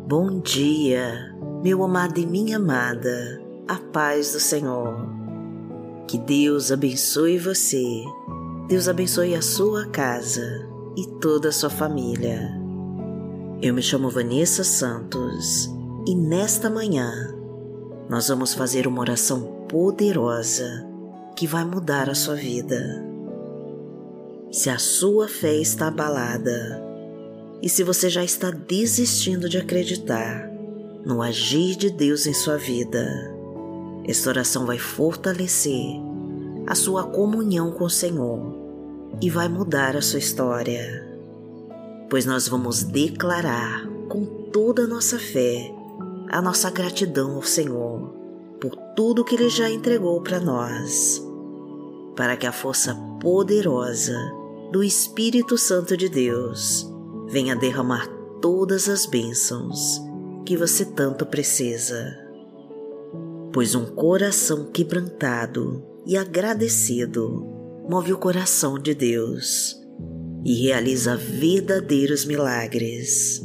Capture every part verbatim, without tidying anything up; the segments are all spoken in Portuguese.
Bom dia, meu amado e minha amada, a paz do Senhor. Que Deus abençoe você, Deus abençoe a sua casa e toda a sua família. Eu me chamo Vanessa Santos e nesta manhã nós vamos fazer uma oração poderosa que vai mudar a sua vida. Se a sua fé está abalada, e se você já está desistindo de acreditar no agir de Deus em sua vida, esta oração vai fortalecer a sua comunhão com o Senhor e vai mudar a sua história. Pois nós vamos declarar com toda a nossa fé a nossa gratidão ao Senhor por tudo que Ele já entregou para nós, para que a força poderosa do Espírito Santo de Deus venha derramar todas as bênçãos que você tanto precisa. Pois um coração quebrantado e agradecido move o coração de Deus e realiza verdadeiros milagres.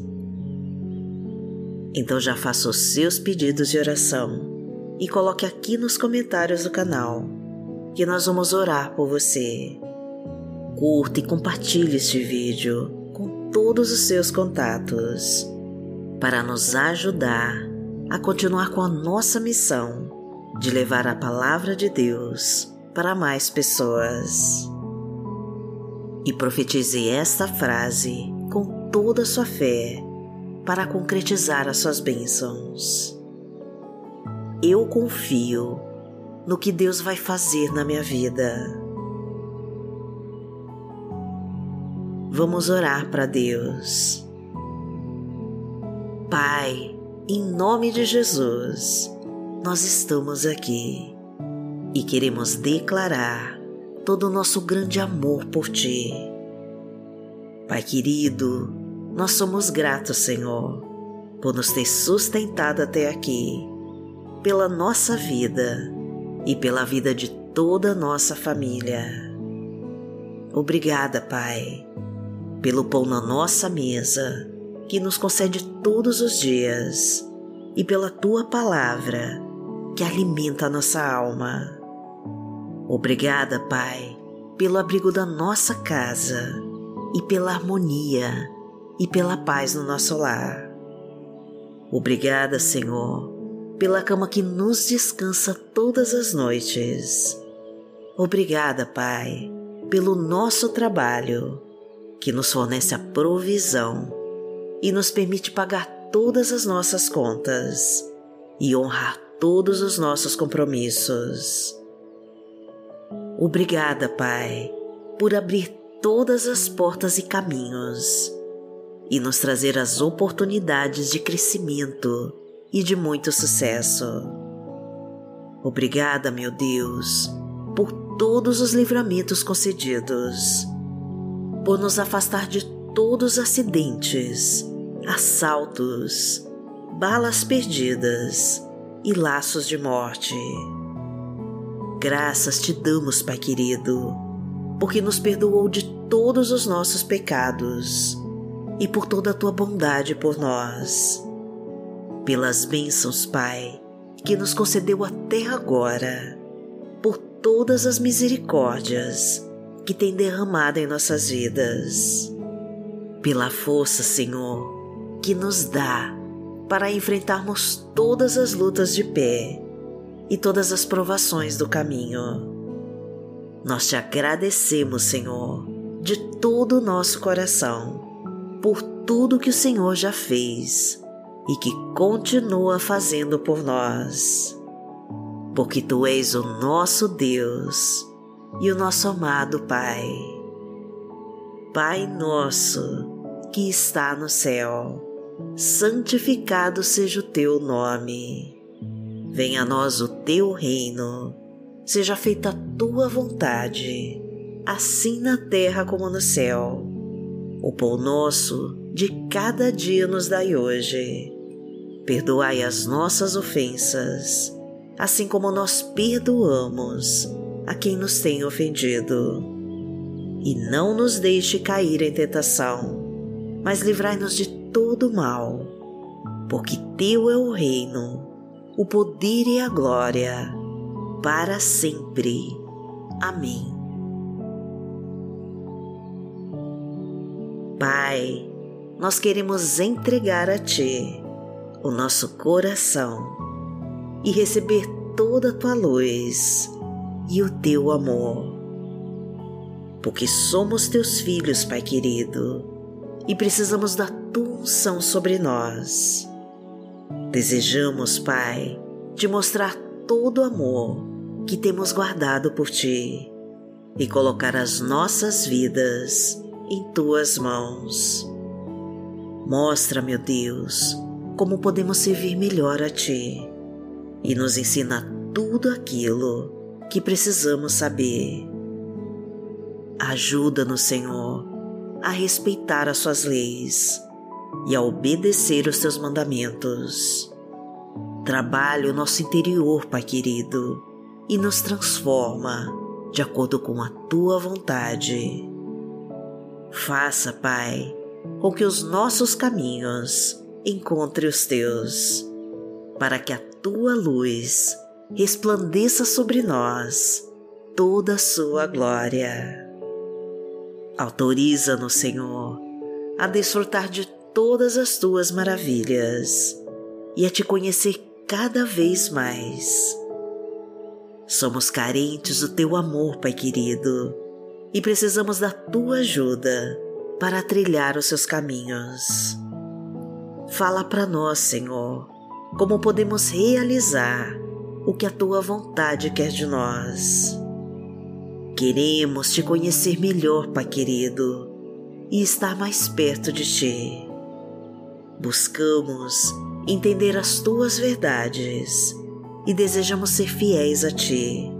Então já faça os seus pedidos de oração e coloque aqui nos comentários do canal que nós vamos orar por você. Curta e compartilhe este vídeo com todos os seus contatos, para nos ajudar a continuar com a nossa missão de levar a palavra de Deus para mais pessoas. E profetize esta frase com toda a sua fé para concretizar as suas bênçãos. Eu confio no que Deus vai fazer na minha vida. Vamos orar para Deus. Pai, em nome de Jesus, nós estamos aqui e queremos declarar todo o nosso grande amor por Ti. Pai querido, nós somos gratos, Senhor, por nos ter sustentado até aqui, pela nossa vida e pela vida de toda a nossa família. Obrigada, Pai, pelo pão na nossa mesa, que nos concede todos os dias, e pela Tua palavra, que alimenta a nossa alma. Obrigada, Pai, pelo abrigo da nossa casa, e pela harmonia e pela paz no nosso lar. Obrigada, Senhor, pela cama que nos descansa todas as noites. Obrigada, Pai, pelo nosso trabalho, que nos fornece a provisão e nos permite pagar todas as nossas contas e honrar todos os nossos compromissos. Obrigada, Pai, por abrir todas as portas e caminhos e nos trazer as oportunidades de crescimento e de muito sucesso. Obrigada, meu Deus, por todos os livramentos concedidos, por nos afastar de todos os acidentes, assaltos, balas perdidas e laços de morte. Graças te damos, Pai querido, porque nos perdoou de todos os nossos pecados e por toda a Tua bondade por nós. Pelas bênçãos, Pai, que nos concedeu até agora, por todas as misericórdias que tem derramado em nossas vidas, pela força, Senhor, que nos dá para enfrentarmos todas as lutas de pé e todas as provações do caminho. Nós te agradecemos, Senhor, de todo o nosso coração, por tudo que o Senhor já fez e que continua fazendo por nós, porque Tu és o nosso Deus e o nosso amado Pai. Pai nosso que está no céu, santificado seja o Teu nome. Venha a nós o Teu reino, seja feita a Tua vontade, assim na terra como no céu. O pão nosso de cada dia nos dai hoje. Perdoai as nossas ofensas, assim como nós perdoamos a quem nos tem ofendido. E não nos deixe cair em tentação, mas livrai-nos de todo mal, porque teu é o reino, o poder e a glória, para sempre. Amém. Pai, nós queremos entregar a Ti o nosso coração e receber toda a Tua luz e o Teu amor. Porque somos Teus filhos, Pai querido, e precisamos da Tua unção sobre nós. Desejamos, Pai, Te mostrar todo o amor que temos guardado por Ti e colocar as nossas vidas em Tuas mãos. Mostra, meu Deus, como podemos servir melhor a Ti e nos ensina tudo aquilo que precisamos saber. Ajuda-nos, Senhor, a respeitar as Suas leis e a obedecer os Teus mandamentos. Trabalha o nosso interior, Pai querido, e nos transforma de acordo com a Tua vontade. Faça, Pai, com que os nossos caminhos encontrem os Teus, para que a Tua luz resplandeça sobre nós toda a Sua glória. Autoriza-nos, Senhor, a desfrutar de todas as Tuas maravilhas e a Te conhecer cada vez mais. Somos carentes do Teu amor, Pai querido, e precisamos da Tua ajuda para trilhar os Seus caminhos. Fala para nós, Senhor, como podemos realizar o que a Tua vontade quer de nós. Queremos Te conhecer melhor, Pai querido, e estar mais perto de Ti. Buscamos entender as Tuas verdades e desejamos ser fiéis a Ti.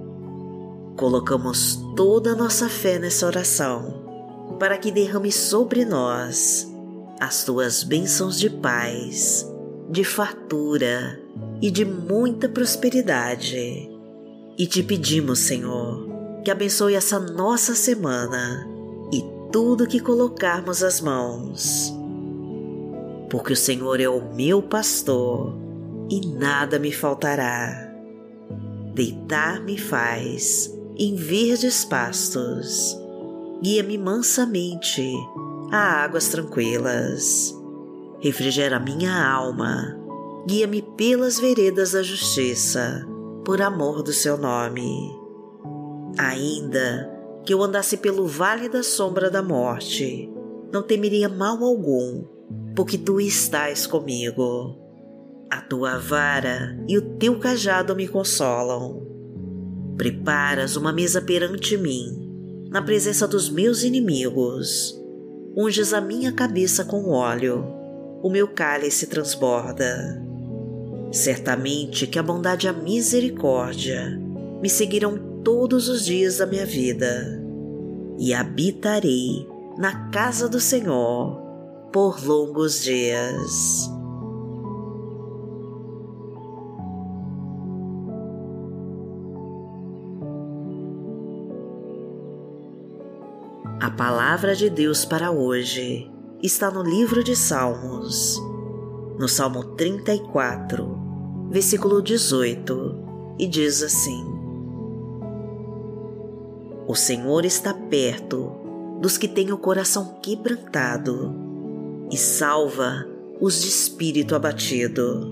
Colocamos toda a nossa fé nessa oração para que derrame sobre nós as Tuas bênçãos de paz, de fartura e de muita prosperidade. E Te pedimos, Senhor, que abençoe essa nossa semana e tudo que colocarmos as mãos. Porque o Senhor é o meu pastor e nada me faltará. Deitar-me faz em verdes pastos, guia-me mansamente a águas tranquilas. Refrigera minha alma, guia-me pelas veredas da justiça, por amor do Seu nome. Ainda que eu andasse pelo vale da sombra da morte, não temeria mal algum, porque Tu estás comigo. A Tua vara e o Teu cajado me consolam. Preparas uma mesa perante mim, na presença dos meus inimigos. Unges a minha cabeça com óleo, o meu cálice transborda. Certamente que a bondade e a misericórdia me seguirão todos os dias da minha vida, e habitarei na casa do Senhor por longos dias. A palavra de Deus para hoje está no livro de Salmos, no Salmo trinta e quatro, versículo dezoito, e diz assim: O Senhor está perto dos que têm o coração quebrantado e salva os de espírito abatido.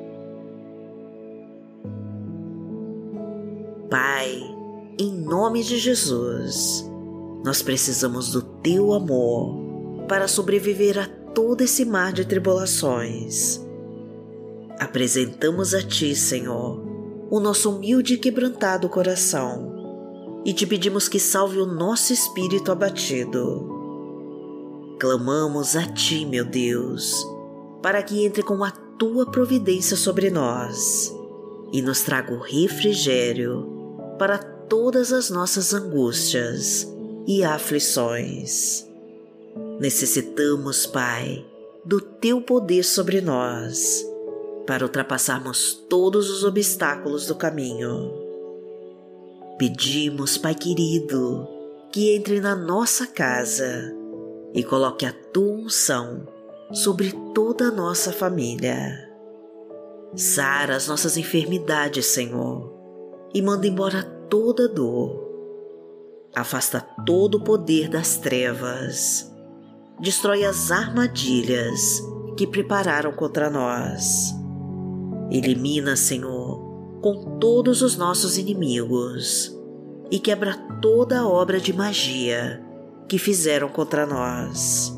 Pai, em nome de Jesus, nós precisamos do Teu amor para sobreviver a todo esse mar de tribulações. Apresentamos a Ti, Senhor, o nosso humilde e quebrantado coração e Te pedimos que salve o nosso espírito abatido. Clamamos a Ti, meu Deus, para que entre com a Tua providência sobre nós e nos traga o refrigério para todas as nossas angústias e aflições. Necessitamos, Pai, do Teu poder sobre nós para ultrapassarmos todos os obstáculos do caminho. Pedimos, Pai querido, que entre na nossa casa e coloque a Tua unção sobre toda a nossa família. Sara as nossas enfermidades, Senhor, e manda embora toda dor. Afasta todo o poder das trevas. Destrói as armadilhas que prepararam contra nós. Elimina, Senhor, com todos os nossos inimigos e quebra toda a obra de magia que fizeram contra nós.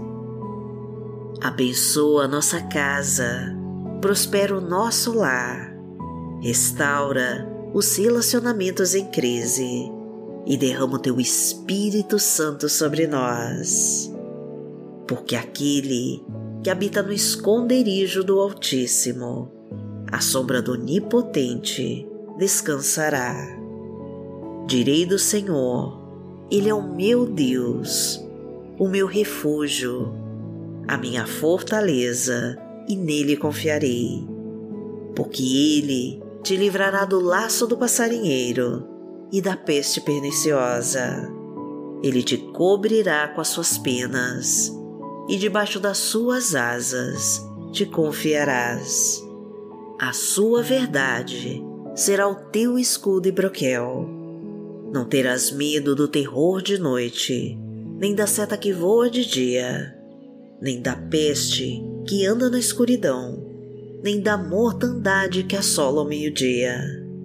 Abençoa a nossa casa, prospera o nosso lar, restaura os relacionamentos em crise e derrama o Teu Espírito Santo sobre nós. Porque aquele que habita no esconderijo do Altíssimo, à sombra do Onipotente, descansará. Direi do Senhor, Ele é o meu Deus, o meu refúgio, a minha fortaleza, e nele confiarei. Porque Ele te livrará do laço do passarinheiro e da peste perniciosa. Ele te cobrirá com as suas penas, e debaixo das suas asas te confiarás. A sua verdade será o teu escudo e broquel. Não terás medo do terror de noite, nem da seta que voa de dia, nem da peste que anda na escuridão, nem da mortandade que assola ao meio-dia.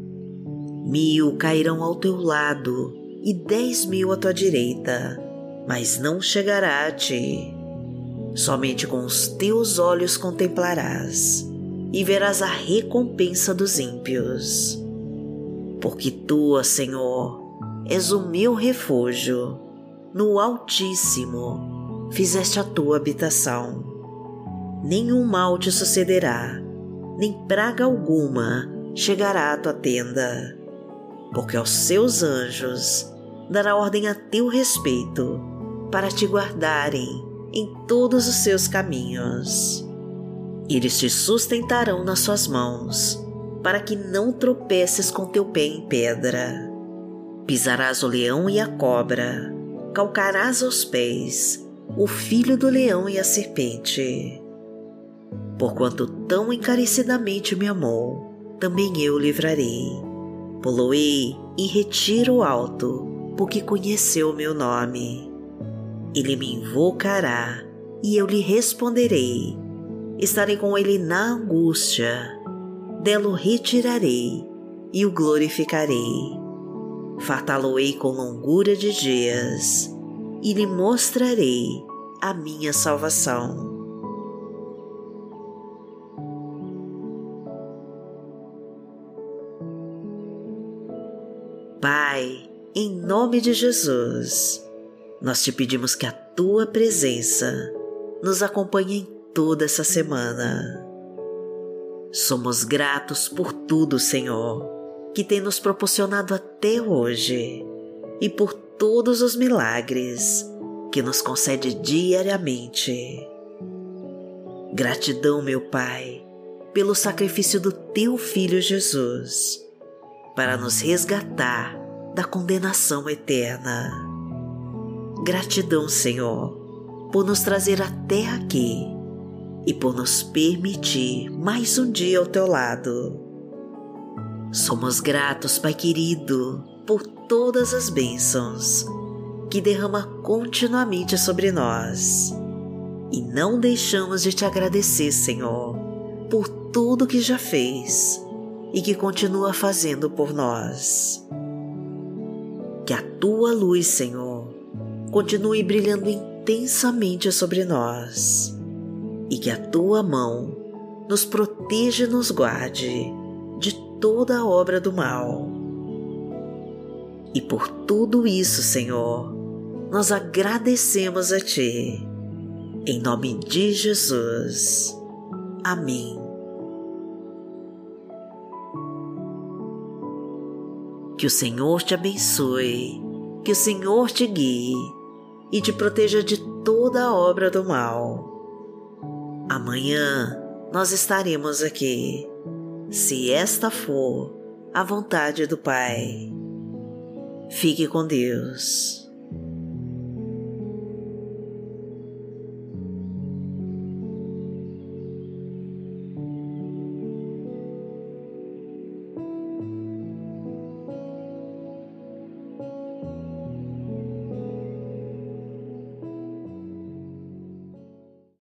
Mil cairão ao teu lado e dez mil à tua direita, mas não chegará a ti. Somente com os teus olhos contemplarás e verás a recompensa dos ímpios. Porque tu, Senhor, és o meu refúgio, no Altíssimo fizeste a tua habitação. Nenhum mal te sucederá, nem praga alguma chegará à tua tenda, porque aos seus anjos dará ordem a teu respeito para te guardarem em todos os seus caminhos. Eles te sustentarão nas suas mãos, para que não tropeces com teu pé em pedra. Pisarás o leão e a cobra, calcarás aos pés o filho do leão e a serpente. Porquanto tão encarecidamente me amou, também eu o livrarei. Poloei em retiro alto, porque conheceu o meu nome. Ele me invocará, e eu lhe responderei. Estarei com ele na angústia. Dela o retirarei, e o glorificarei. Fartá-lo-ei com longura de dias, e lhe mostrarei a minha salvação. Pai, em nome de Jesus, nós te pedimos que a tua presença nos acompanhe em toda essa semana. Somos gratos por tudo, Senhor, que tem nos proporcionado até hoje e por todos os milagres que nos concede diariamente. Gratidão, meu Pai, pelo sacrifício do teu Filho Jesus, para nos resgatar da condenação eterna. Gratidão, Senhor, por nos trazer até aqui e por nos permitir mais um dia ao teu lado. Somos gratos, Pai querido, por todas as bênçãos que derrama continuamente sobre nós. E não deixamos de te agradecer, Senhor, por tudo que já fez e que continua fazendo por nós. Que a tua luz, Senhor, continue brilhando intensamente sobre nós e que a tua mão nos proteja e nos guarde de toda a obra do mal. E por tudo isso, Senhor, nós agradecemos a Ti. Em nome de Jesus. Amém. Que o Senhor te abençoe, que o Senhor te guie e te proteja de toda a obra do mal. Amanhã nós estaremos aqui, se esta for a vontade do Pai. Fique com Deus.